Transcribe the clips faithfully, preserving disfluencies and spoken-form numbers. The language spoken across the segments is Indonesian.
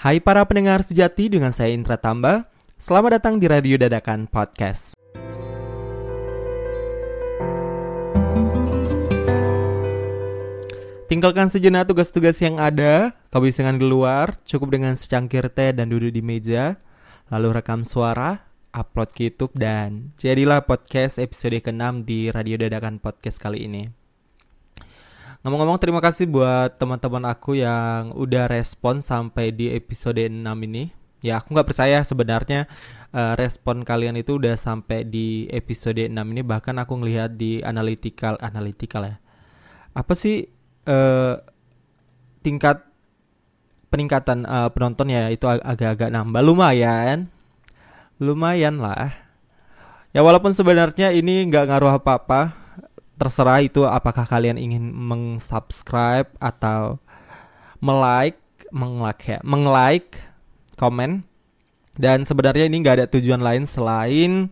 Hai para pendengar sejati, dengan saya Indra Tamba. Selamat datang di Radio Dadakan Podcast. Tinggalkan sejenak tugas-tugas yang ada, kebisingan di luar, cukup dengan secangkir teh dan duduk di meja, lalu rekam suara, upload ke YouTube, dan jadilah podcast episode keenam di Radio Dadakan Podcast kali ini. Ngomong-ngomong, terima kasih buat teman-teman aku yang udah respon sampai di episode enam ini. Ya, aku gak percaya sebenarnya uh, respon kalian itu udah sampai di episode enam ini. Bahkan aku ngelihat di analytical, analytical ya. Apa sih uh, tingkat peningkatan uh, penonton ya, itu ag- agak-agak nambah. Lumayan. Lumayan lah. Ya walaupun sebenarnya ini gak ngaruh apa-apa. Terserah itu apakah kalian ingin meng-subscribe atau me-like, meng-like ya, meng-like, komen. Dan sebenarnya ini gak ada tujuan lain selain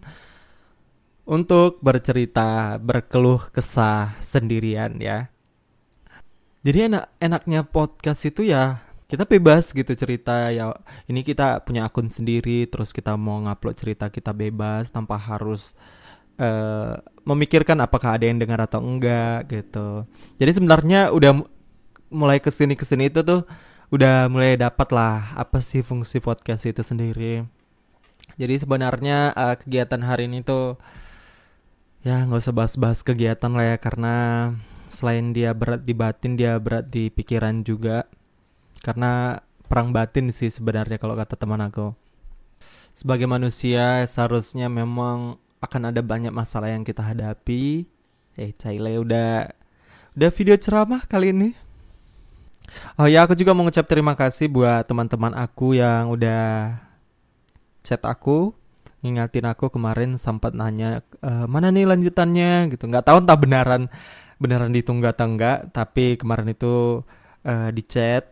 untuk bercerita, berkeluh kesah sendirian ya. Jadi enak-enaknya podcast itu ya kita bebas gitu cerita ya. Ini kita punya akun sendiri, terus kita mau ngupload cerita kita bebas tanpa harus Uh, memikirkan apakah ada yang dengar atau enggak gitu. Jadi sebenarnya udah m- mulai kesini kesini itu tuh udah mulai dapat lah apa sih fungsi podcast itu sendiri. Jadi sebenarnya uh, kegiatan hari ini tuh ya nggak usah bahas-bahas kegiatan lah ya, karena selain dia berat di batin, dia berat di pikiran juga. Karena perang batin sih sebenarnya kalau kata teman aku. Sebagai manusia seharusnya memang akan ada banyak masalah yang kita hadapi. Eh, Caile udah udah video ceramah kali ini. Oh ya, aku juga mau ngucap terima kasih buat teman-teman aku yang udah chat aku, ngingatin aku kemarin sempat nanya e, mana nih lanjutannya gitu. Nggak tahu entah beneran beneran ditunggu atau enggak, tapi kemarin itu uh, di chat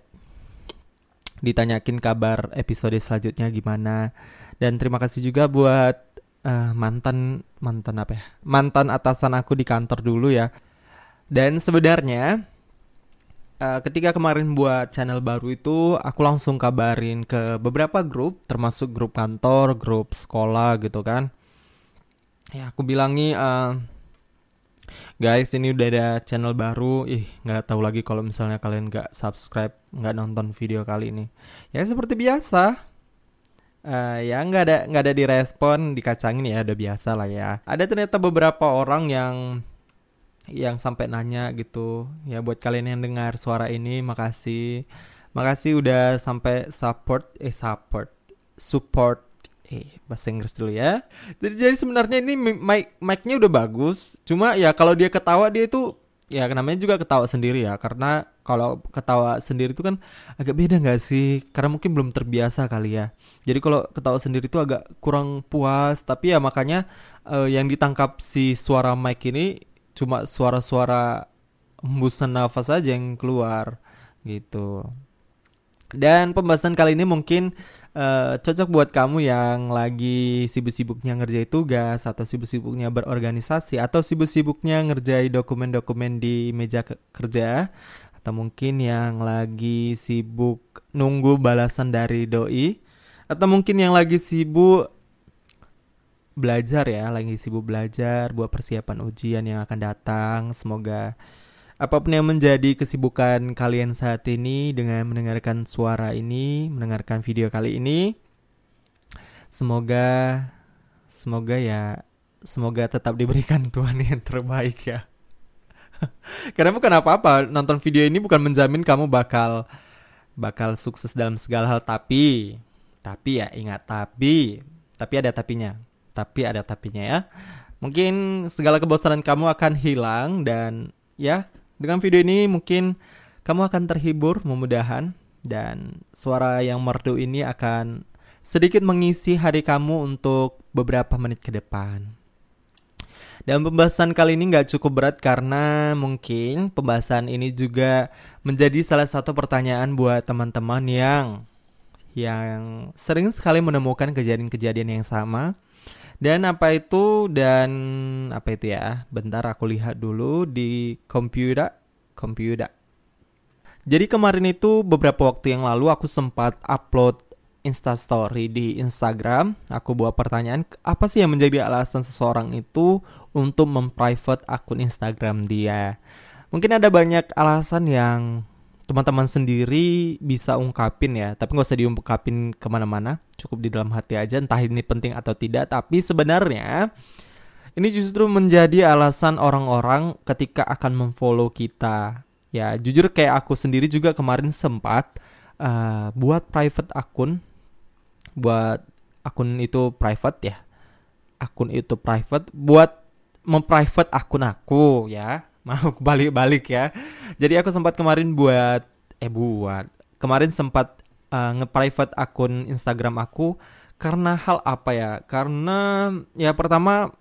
ditanyakin kabar episode selanjutnya gimana. Dan terima kasih juga buat Uh, mantan mantan apa ya mantan atasan aku di kantor dulu ya. Dan sebenarnya uh, ketika kemarin buat channel baru itu aku langsung kabarin ke beberapa grup, termasuk grup kantor, grup sekolah gitu kan. Ya aku bilang nih uh, guys, ini udah ada channel baru. Ih, nggak tahu lagi kalau misalnya kalian nggak subscribe, nggak nonton video kali ini. Ya seperti biasa. Uh, ya nggak ada nggak ada direspon, dikacangin ya udah biasa lah ya. Ada ternyata beberapa orang yang yang sampai nanya gitu. Ya buat kalian yang dengar suara ini, makasih, makasih udah sampai support eh support support eh bahasa Inggris dulu ya. Jadi, jadi sebenarnya ini mic mic-nya udah bagus. Cuma ya kalau dia ketawa dia itu ya namanya juga ketawa sendiri ya, karena kalau ketawa sendiri itu kan agak beda gak sih? Karena mungkin belum terbiasa kali ya. Jadi kalau ketawa sendiri itu agak kurang puas. Tapi ya makanya uh, yang ditangkap si suara mic ini cuma suara-suara hembusan nafas aja yang keluar gitu. Dan pembahasan kali ini mungkin uh, cocok buat kamu yang lagi sibuk-sibuknya ngerjain tugas, atau sibuk-sibuknya berorganisasi, atau sibuk-sibuknya ngerjain dokumen-dokumen di meja ke- kerja, atau mungkin yang lagi sibuk nunggu balasan dari doi, atau mungkin yang lagi sibuk belajar ya, lagi sibuk belajar buat persiapan ujian yang akan datang. Semoga apapun yang menjadi kesibukan kalian saat ini dengan mendengarkan suara ini, mendengarkan video kali ini, semoga semoga ya semoga tetap diberikan Tuhan yang terbaik ya. Karena bukan apa-apa, nonton video ini bukan menjamin kamu bakal bakal sukses dalam segala hal, tapi tapi ya ingat, tapi tapi ada tapinya. Tapi ada tapinya ya. Mungkin segala kebosanan kamu akan hilang, dan ya dengan video ini mungkin kamu akan terhibur mudah-mudahan, dan suara yang merdu ini akan sedikit mengisi hari kamu untuk beberapa menit ke depan. Dan pembahasan kali ini gak cukup berat, karena mungkin pembahasan ini juga menjadi salah satu pertanyaan buat teman-teman yang yang sering sekali menemukan kejadian-kejadian yang sama. Dan apa itu dan apa itu ya? Bentar aku lihat dulu di komputer, komputer. Jadi kemarin itu beberapa waktu yang lalu aku sempat upload Instastory di Instagram. Aku buat pertanyaan, apa sih yang menjadi alasan seseorang itu untuk memprivate akun Instagram dia. Mungkin ada banyak alasan yang teman-teman sendiri bisa ungkapin ya, tapi gak usah diungkapin kemana-mana, cukup di dalam hati aja, entah ini penting atau tidak. Tapi sebenarnya ini justru menjadi alasan orang-orang ketika akan memfollow kita. Ya jujur kayak aku sendiri juga kemarin sempat uh, buat private akun. Buat akun itu private ya. Akun itu private. Buat memprivate akun aku ya. Mau balik-balik ya. Jadi aku sempat kemarin buat Eh buat Kemarin sempat uh, nge-private akun Instagram aku. Karena hal apa ya? Karena ya pertama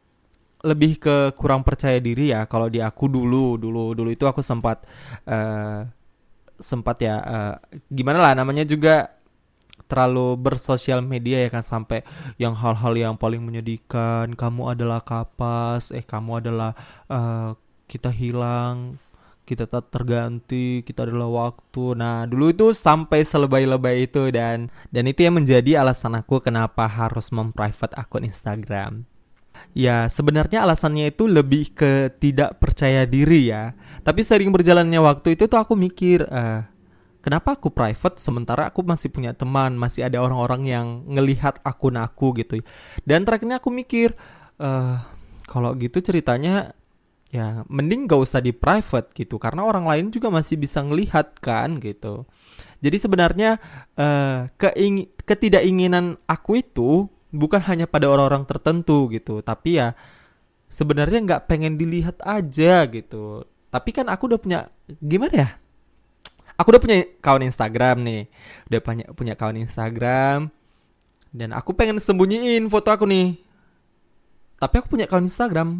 lebih ke kurang percaya diri ya. Kalau di aku dulu dulu dulu itu aku sempat uh, sempat ya uh, gimana lah namanya juga terlalu bersosial media ya kan, sampai yang hal-hal yang paling menyedihkan, kamu adalah kapas, eh kamu adalah uh, kita hilang, kita tak terganti, kita adalah waktu. Nah dulu itu sampai selebay-lebay itu, dan dan itu yang menjadi alasan aku kenapa harus memprivate akun Instagram. Ya sebenarnya alasannya itu lebih ke tidak percaya diri ya. Tapi sering berjalannya waktu itu tuh aku mikir, uh, kenapa aku private sementara aku masih punya teman, masih ada orang-orang yang ngelihat akun aku gitu. Dan terakhirnya aku mikir, uh, kalau gitu ceritanya ya mending gak usah di private gitu, karena orang lain juga masih bisa ngelihat kan gitu. Jadi sebenarnya uh, keing- ketidakinginan aku itu bukan hanya pada orang-orang tertentu gitu, tapi ya sebenarnya nggak pengen dilihat aja gitu. Tapi kan aku udah punya, gimana ya? Aku udah punya akun Instagram nih, udah punya punya akun Instagram, dan aku pengen sembunyiin foto aku nih. Tapi aku punya akun Instagram.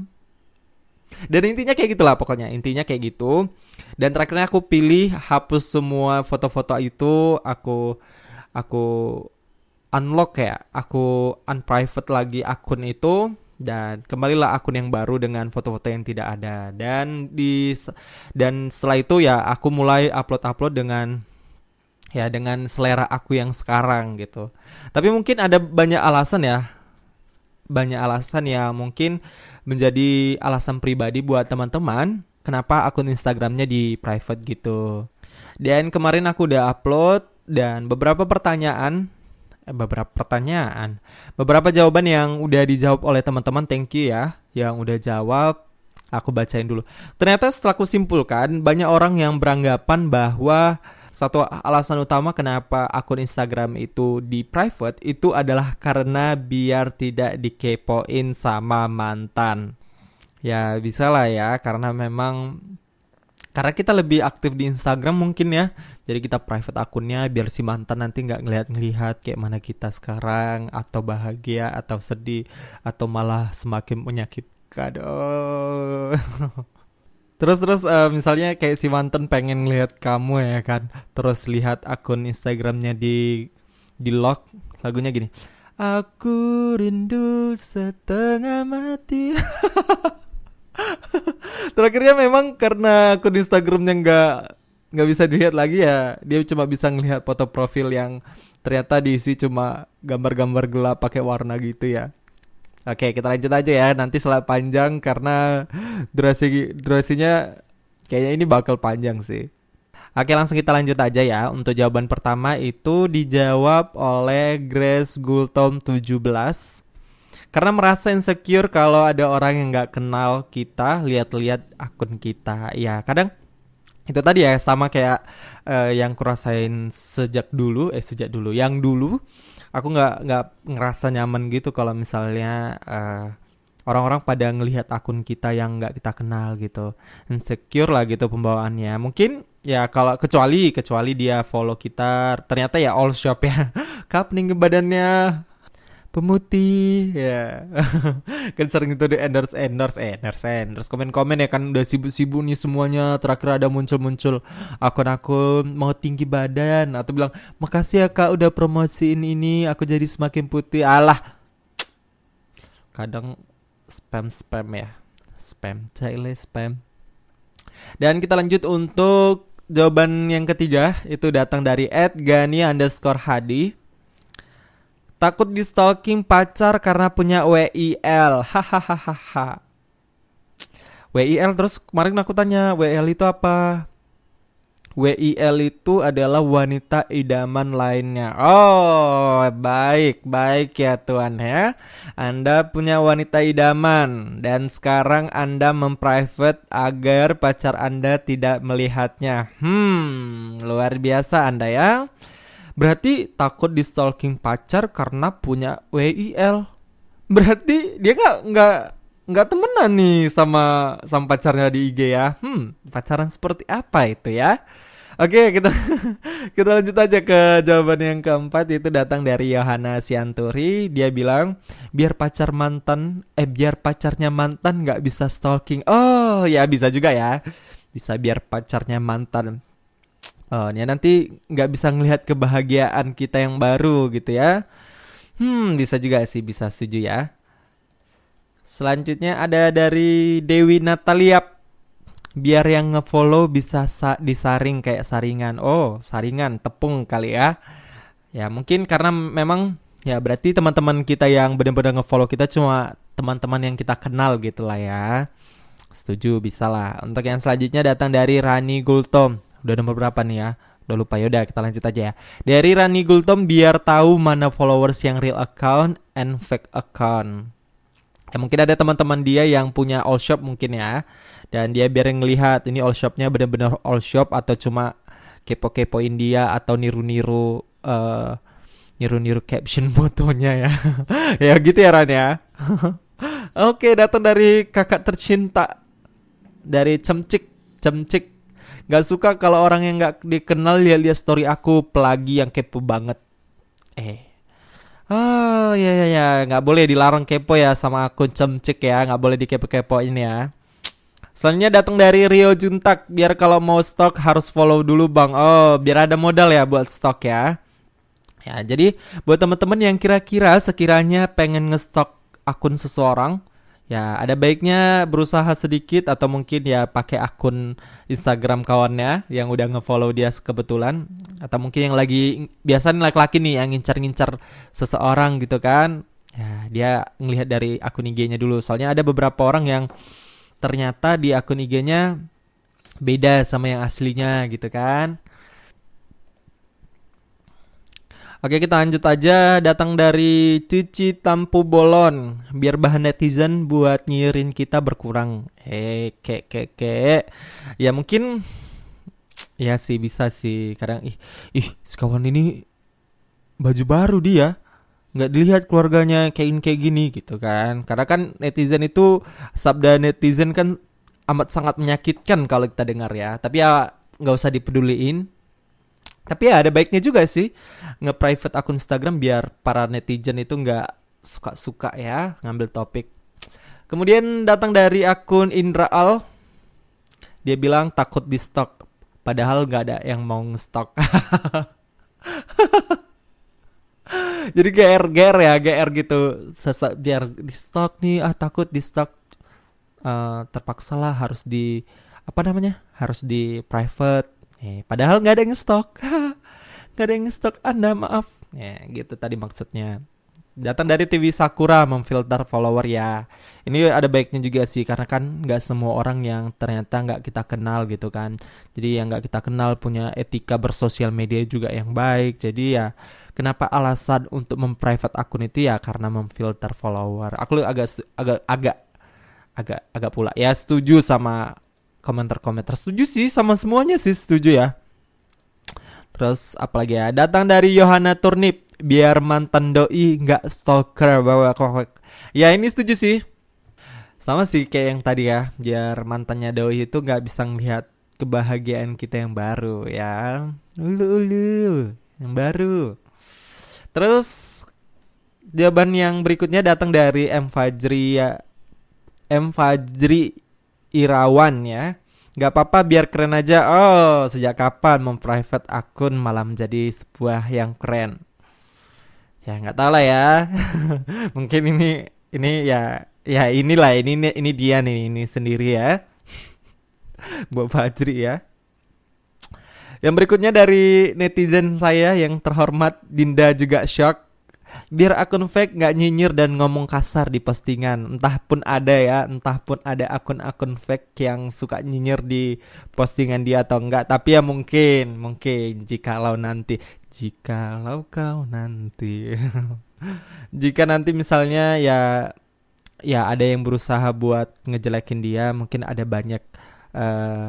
Dan intinya kayak gitulah pokoknya, intinya kayak gitu. Dan terakhirnya aku pilih hapus semua foto-foto itu, aku aku unlock ya, aku unprivate lagi akun itu, dan kembalilah akun yang baru dengan foto-foto yang tidak ada. Dan di dan setelah itu ya aku mulai upload-upload dengan ya dengan selera aku yang sekarang gitu. Tapi mungkin ada banyak alasan ya. Banyak alasan yang mungkin menjadi alasan pribadi buat teman-teman kenapa akun Instagramnya di private gitu. Dan kemarin aku udah upload, dan beberapa pertanyaan beberapa pertanyaan, beberapa jawaban yang udah dijawab oleh teman-teman. Thank you ya yang udah jawab. Aku bacain dulu. Ternyata setelah aku simpulkan, banyak orang yang beranggapan bahwa satu alasan utama kenapa akun Instagram itu di private itu adalah karena biar tidak dikepoin sama mantan. Ya bisa lah ya, karena memang karena kita lebih aktif di Instagram mungkin ya. Jadi kita private akunnya biar si mantan nanti gak ngelihat-ngelihat kayak mana kita sekarang, atau bahagia, atau sedih, atau malah semakin menyakitkan. Oh. Terus-terus uh, misalnya kayak si mantan pengen ngelihat kamu ya kan, terus lihat akun Instagramnya di di lock, lagunya gini, aku rindu setengah mati. Terakhirnya memang karena akun Instagramnya nggak nggak bisa dilihat lagi ya, dia cuma bisa ngelihat foto profil yang ternyata diisi cuma gambar-gambar gelap pakai warna gitu ya. Oke, kita lanjut aja ya, nanti setelah panjang karena durasi durasinya kayaknya ini bakal panjang sih. Oke, langsung kita lanjut aja ya. Untuk jawaban pertama itu dijawab oleh Grace Gultom tujuh belas. Karena merasa insecure kalau ada orang yang gak kenal kita lihat-lihat akun kita. Ya kadang itu tadi ya, sama kayak uh, yang kurasain sejak dulu Eh sejak dulu Yang dulu aku gak, gak ngerasa nyaman gitu kalau misalnya uh, orang-orang pada ngelihat akun kita yang gak kita kenal gitu. Insecure lah gitu pembawaannya. Mungkin ya kalau kecuali Kecuali dia follow kita, ternyata ya all shop ya. Kap nih badannya pemutih ya. Kan sering itu di endorse endorse eh endorse endorse komen-komen ya kan, udah sibuk-sibuk nih semuanya, terakhir ada muncul-muncul akun-akun mau tinggi badan atau bilang makasih ya kak udah promosiin ini aku jadi semakin putih. Alah, kadang spam-spam ya, spam, cile spam. Dan kita lanjut untuk jawaban yang ketiga itu datang dari at Gani underscore Hadi. Takut di stalking pacar karena punya W I L. Hahaha. W I L, terus kemarin aku tanya W I L itu apa? W I L itu adalah wanita idaman lainnya. Oh, baik, baik ya Tuhan ya. Anda punya wanita idaman dan sekarang Anda memprivate agar pacar Anda tidak melihatnya. Hmm, luar biasa Anda ya. Berarti takut di stalking pacar karena punya W I L. Berarti dia nggak nggak nggak temenan nih sama sama pacarnya di I G ya. Hmm, pacaran seperti apa itu ya? Oke, kita kita lanjut aja ke jawaban yang keempat, itu datang dari Yohana Sianturi. Dia bilang, biar pacar mantan, eh biar pacarnya mantan nggak bisa stalking. Oh, ya bisa juga ya. Bisa biar pacarnya mantan. Oh, ya nanti nggak bisa ngelihat kebahagiaan kita yang baru gitu ya. Hmm, bisa juga sih, bisa setuju ya. Selanjutnya ada dari Dewi Natalia. Biar yang ngefollow bisa sa- disaring kayak saringan. Oh, saringan, tepung kali ya. Ya mungkin karena memang ya berarti teman-teman kita yang benar-benar ngefollow kita cuma teman-teman yang kita kenal gitu lah ya. Setuju, bisa lah. Untuk yang selanjutnya datang dari Rani Gultom. Udah nomor berapa nih ya? Udah lupa, yaudah kita lanjut aja ya. Dari Rani Gultom, biar tahu mana followers yang real account and fake account. Ya mungkin ada teman-teman dia yang punya all shop mungkin ya. Dan dia biar ngelihat ini all shopnya benar-benar all shop atau cuma kepo-kepoin dia atau niru-niru uh, niru-niru caption fotonya ya. Ya gitu ya Ran ya. Oke, datang dari kakak tercinta dari Cemcik. Cemcik. Gak suka kalau orang yang gak dikenal lihat-lihat story aku, pelagi yang kepo banget. Eh. Oh ya ya ya, nggak boleh dilarang kepo ya sama akun Cemcik ya, nggak boleh dikepo-kepoin ya. Selanjutnya datang dari Rio Juntak, biar kalau mau stok harus follow dulu bang. Oh, biar ada modal ya buat stok ya. Ya, jadi buat teman-teman yang kira-kira sekiranya pengen ngestok akun seseorang, ya ada baiknya berusaha sedikit atau mungkin ya pakai akun Instagram kawannya yang udah ngefollow dia kebetulan, atau mungkin yang lagi biasanya laki-laki nih yang ngincar-ngincar seseorang gitu kan. Ya, dia ngelihat dari akun I G-nya dulu. Soalnya ada beberapa orang yang ternyata di akun I G-nya beda sama yang aslinya gitu kan. Oke, kita lanjut aja. Datang dari Cici Tampu Bolon. Biar bahan netizen buat nyirin kita berkurang. Eh, kek kek kek. Ya mungkin ya sih bisa sih. Kadang ih, ih sekawan ini baju baru dia. Nggak dilihat keluarganya kayak kayak gini gitu kan. Karena kan netizen itu, sabda netizen kan amat sangat menyakitkan kalau kita dengar ya. Tapi ya nggak usah dipeduliin. Tapi ya ada baiknya juga sih nge-private akun Instagram biar para netizen itu nggak suka-suka ya ngambil topik. Kemudian datang dari akun Indra Al. Dia bilang takut di stok, padahal nggak ada yang mau nge-stok. Jadi G R G R ya, G R gitu. Sesa, biar di stok nih, ah takut di stok. Uh, terpaksa lah harus di apa namanya? Harus di private. Eh, padahal nggak ada yang nge-stok. Nggak ada yang nge-stok Anda, maaf. Ya, gitu tadi maksudnya. Datang dari T V Sakura, memfilter follower ya. Ini ada baiknya juga sih, karena kan nggak semua orang yang ternyata nggak kita kenal gitu kan. Jadi yang nggak kita kenal punya etika bersosial media juga yang baik. Jadi ya kenapa alasan untuk memprivate akun itu ya karena memfilter follower. Aku agak agak agak agak agak pula ya setuju sama komentar-komentar. Setuju sih sama semuanya sih, setuju ya. Terus apalagi ya, datang dari Yohana Turnip, biar mantan doi gak stalker bawa kokok. Ya ini setuju sih. Sama sih kayak yang tadi ya, biar mantannya doi itu gak bisa ngelihat kebahagiaan kita yang baru ya. Ulu-ulu yang baru. Terus jawaban yang berikutnya datang dari M Fajri ya, M Fajri Irawan ya. Gak apa-apa biar keren aja. Oh, sejak kapan memprivate akun malah menjadi sebuah yang keren? Ya gak tahu lah ya. Mungkin ini ini ya ya inilah ini ini dia nih ini sendiri ya. Buat Fajri ya. Yang berikutnya dari netizen saya yang terhormat, Dinda juga shock. Biar akun fake gak nyinyir dan ngomong kasar di postingan. Entah pun ada ya, entah pun ada akun-akun fake yang suka nyinyir di postingan dia atau enggak. Tapi ya mungkin, mungkin jikalau nanti, jikalau kau nanti jika nanti misalnya ya ya ada yang berusaha buat ngejelekin dia, mungkin ada banyak uh,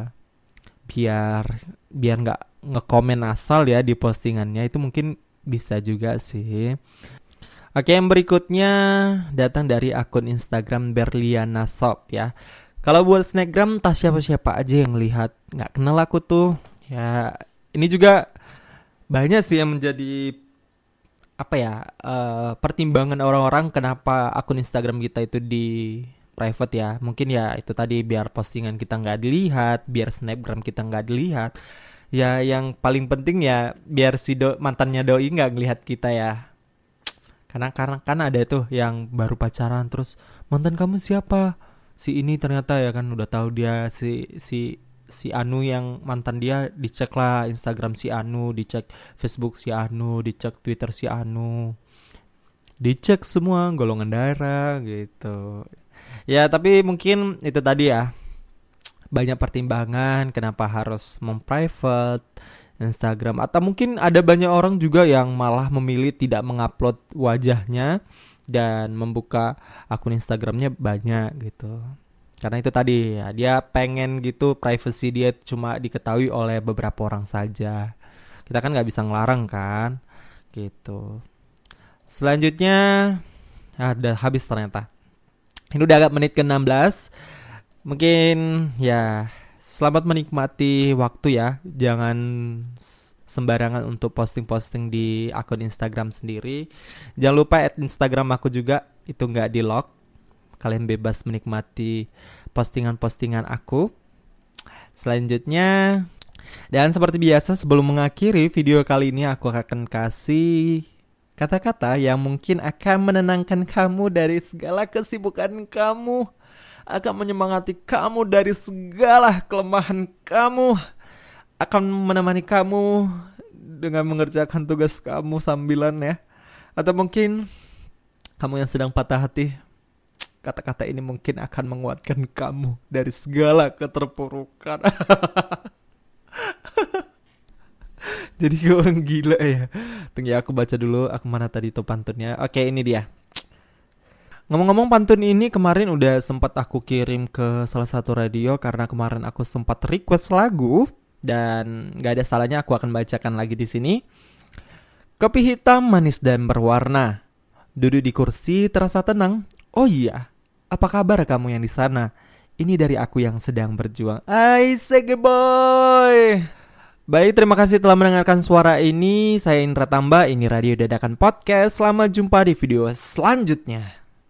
biar biar nggak ngekomen asal ya di postingannya, itu mungkin bisa juga sih. Oke, yang berikutnya datang dari akun Instagram Berliana Shop ya. Kalau buat snapgram entah siapa-siapa aja yang lihat, nggak kenal aku tuh. Ya ini juga banyak sih yang menjadi apa ya uh, pertimbangan orang-orang kenapa akun Instagram kita itu di private ya. Mungkin ya itu tadi biar postingan kita nggak dilihat, biar snapgram kita nggak dilihat. Ya yang paling penting ya biar si do, mantannya doi nggak ngelihat kita ya. Karena karena kan ada tuh yang baru pacaran terus mantan kamu siapa? Si ini ternyata ya kan udah tahu dia si si si Anu yang mantan dia, dicek lah Instagram si Anu, dicek Facebook si Anu, dicek Twitter si Anu, dicek semua golongan darah gitu. Ya tapi mungkin itu tadi ya, banyak pertimbangan kenapa harus memprivate Instagram. Atau mungkin ada banyak orang juga yang malah memilih tidak mengupload wajahnya dan membuka akun Instagramnya banyak gitu. Karena itu tadi ya, dia pengen gitu privacy dia cuma diketahui oleh beberapa orang saja. Kita kan gak bisa ngelarang kan gitu. Selanjutnya ah, udah habis ternyata. Ini udah agak menit ke enam belas. Mungkin ya selamat menikmati waktu ya. Jangan sembarangan untuk posting-posting di akun Instagram sendiri. Jangan lupa add Instagram aku juga, itu gak di lock. Kalian bebas menikmati postingan-postingan aku. Selanjutnya, dan seperti biasa sebelum mengakhiri video kali ini, aku akan kasih kata-kata yang mungkin akan menenangkan kamu dari segala kesibukan kamu, akan menyemangati kamu dari segala kelemahan kamu, akan menemani kamu dengan mengerjakan tugas kamu sambilan ya. Atau mungkin kamu yang sedang patah hati, kata-kata ini mungkin akan menguatkan kamu dari segala keterpurukan. Jadi orang gila ya. Tunggu ya, aku baca dulu. Aku mana tadi tuh pantunnya. Oke, ini dia. Ngomong-ngomong pantun ini kemarin udah sempat aku kirim ke salah satu radio, karena kemarin aku sempat request lagu dan gak ada salahnya aku akan bacakan lagi di sini. Kopi hitam manis dan berwarna, duduk di kursi terasa tenang. Oh iya, apa kabar kamu yang di sana? Ini dari aku yang sedang berjuang. I say boy. Baik, terima kasih telah mendengarkan suara ini. Saya Indra Tamba, ini Radio Dadakan Podcast. Selamat jumpa di video selanjutnya.